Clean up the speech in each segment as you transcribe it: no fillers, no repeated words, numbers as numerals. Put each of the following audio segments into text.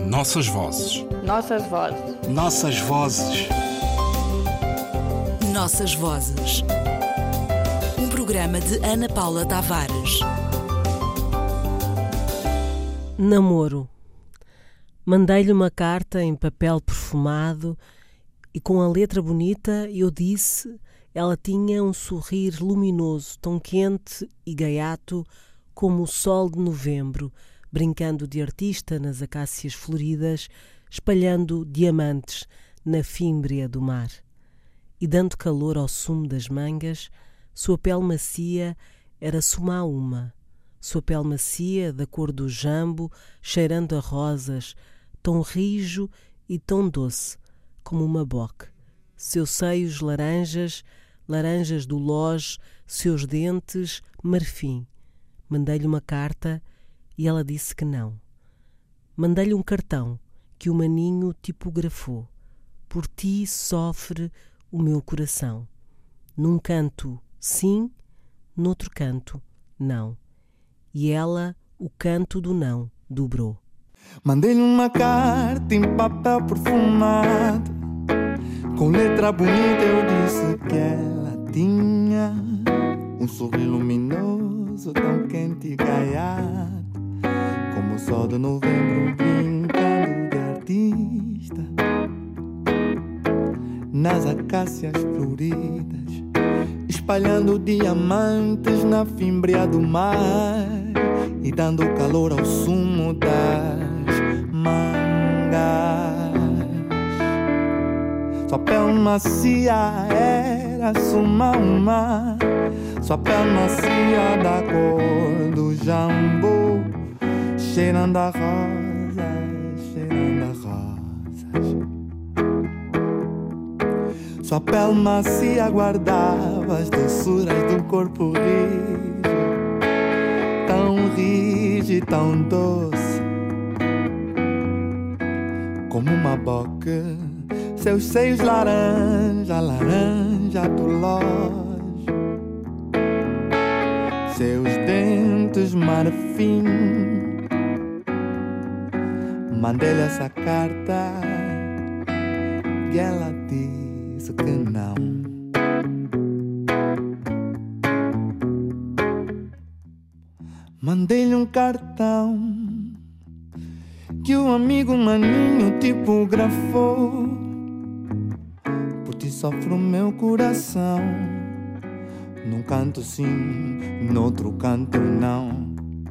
Nossas vozes. Nossas vozes. Nossas vozes. Nossas vozes. Um programa de Ana Paula Tavares. Namoro. Mandei-lhe uma carta em papel perfumado e com a letra bonita eu disse, ela tinha um sorrir luminoso, tão quente e gaiato como o sol de novembro, brincando de artista nas acácias floridas, espalhando diamantes na fímbria do mar. E dando calor ao sumo das mangas, sua pele macia era sumaúma, sua pele macia da cor do jambo, cheirando a rosas, tão rijo e tão doce como uma boque. Seus seios laranjas, laranjas do loge, seus dentes marfim. Mandei-lhe uma carta e ela disse que não. Mandei-lhe um cartão que o maninho tipografou. Por ti sofre o meu coração. Num canto, sim, noutro canto, não. E ela, o canto do não, dobrou. Mandei-lhe uma carta em papel perfumado, com letra bonita eu disse que ela tinha um sorriso luminoso, tão quente e gaiato como o sol de novembro, brincando de artista nas acácias floridas, espalhando diamantes na fímbria do mar e dando calor ao sumo das mangas. Sua pele macia era sumaúma, sua pele macia da cor do jambo, cheirando a rosas, cheirando a rosas. Sua pele macia guardava as doçuras do corpo rijo, tão rijo e tão doce como uma boque. Seus seios laranja, laranja do loje, seus dentes marfim. Mandei-lhe essa carta e ela disse que não. Mandei-lhe um cartão que o amigo maninho tipografou. Por ti sofre o meu coração. Num canto sim, noutro canto não.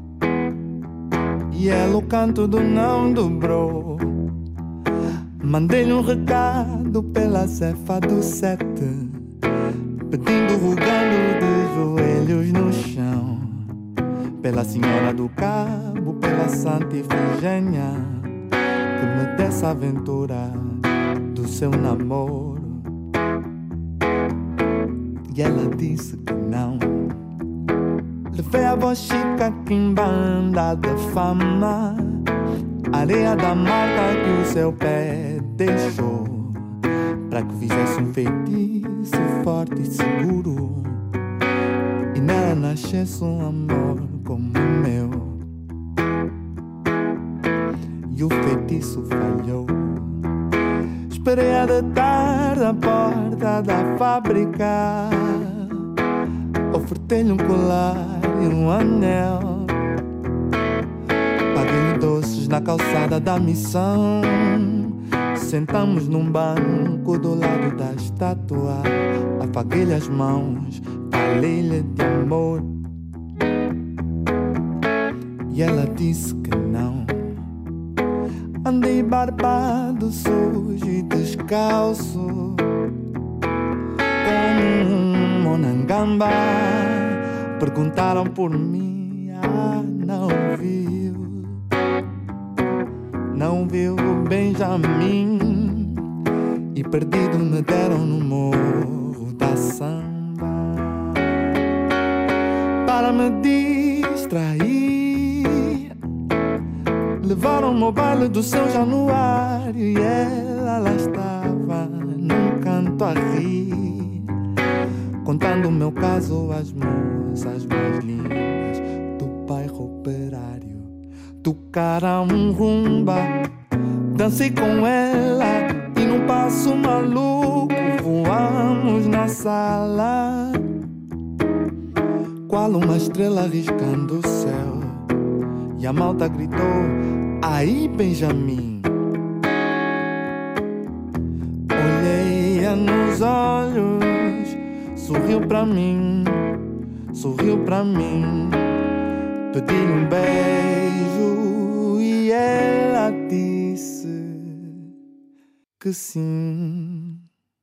E ela o canto do não dobrou. Mandei-lhe um recado pela cefa do 7, pedindo, rogando de joelhos no chão, pela Senhora do Cabo, pela Santa Ifigênia, que me desse a aventura do seu namoro. E ela disse que não. Levei a voz chica que em banda de fama, areia da marca que o seu pé deixou, para que fizesse um feitiço forte e seguro e nela nascesse um amor como o meu. E o feitiço falhou. Esperei a de tarde à porta da fábrica, ofertei-lhe um colar e um anel, paguei-lhe doces na calçada da missão. Sentamos num banco do lado da estátua, afaguei-lhe as mãos, falei-lhe de amor. E ela disse que não. Andei barbado, sujo e descalço, como um monangamba. Perguntaram por mim, não viu o Benjamin. E perdido me deram no morro da samba, para me distrair. Levaram-me ao baile do São Januário e ela lá estava num canto a rir, contando o meu caso às moças mais lindas do bairro operário. Tocaram um rumba Dancei com ela e num passo maluco voamos na sala, qual uma estrela riscando o céu. E a malta gritou: aí, Benjamin. Olhei-a nos olhos, sorriu pra mim, pedi-lhe um beijo e ela disse que sim.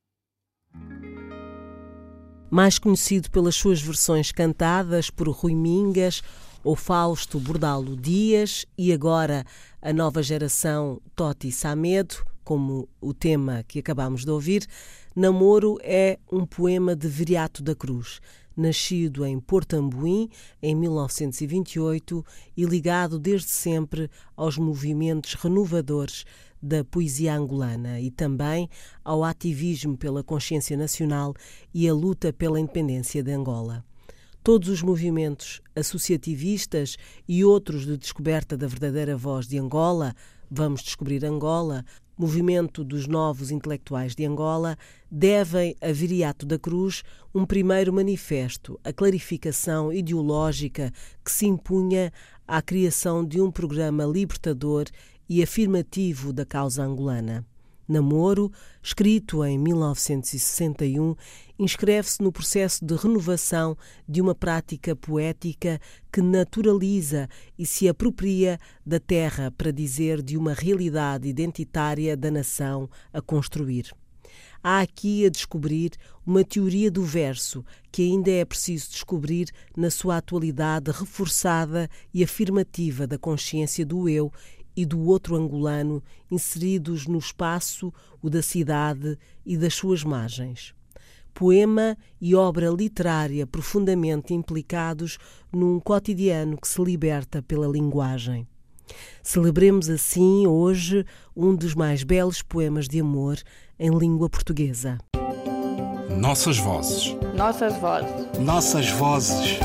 Mais conhecido pelas suas versões cantadas por Rui Mingas ou Fausto Bordalo Dias, e agora a nova geração Toti Samedo, como o tema que acabámos de ouvir, Namoro é um poema de Viriato da Cruz, nascido em Portambuim em 1928 e ligado desde sempre aos movimentos renovadores da poesia angolana e também ao ativismo pela consciência nacional e a luta pela independência de Angola. Todos os movimentos associativistas e outros de descoberta da verdadeira voz de Angola, Vamos Descobrir Angola, movimento dos novos intelectuais de Angola, devem a Viriato da Cruz um primeiro manifesto, a clarificação ideológica que se impunha à criação de um programa libertador e afirmativo da causa angolana. Namoro, escrito em 1961, inscreve-se no processo de renovação de uma prática poética que naturaliza e se apropria da terra para dizer de uma realidade identitária da nação a construir. Há aqui a descobrir uma teoria do verso que ainda é preciso descobrir na sua atualidade reforçada e afirmativa da consciência do eu e do outro angolano inseridos no espaço, o da cidade e das suas margens. Poema e obra literária profundamente implicados num cotidiano que se liberta pela linguagem. Celebremos assim hoje um dos mais belos poemas de amor em língua portuguesa. Nossas vozes. Nossas vozes. Nossas vozes.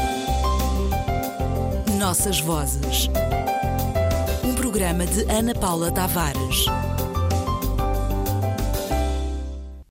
Nossas vozes. Um programa de Ana Paula Tavares.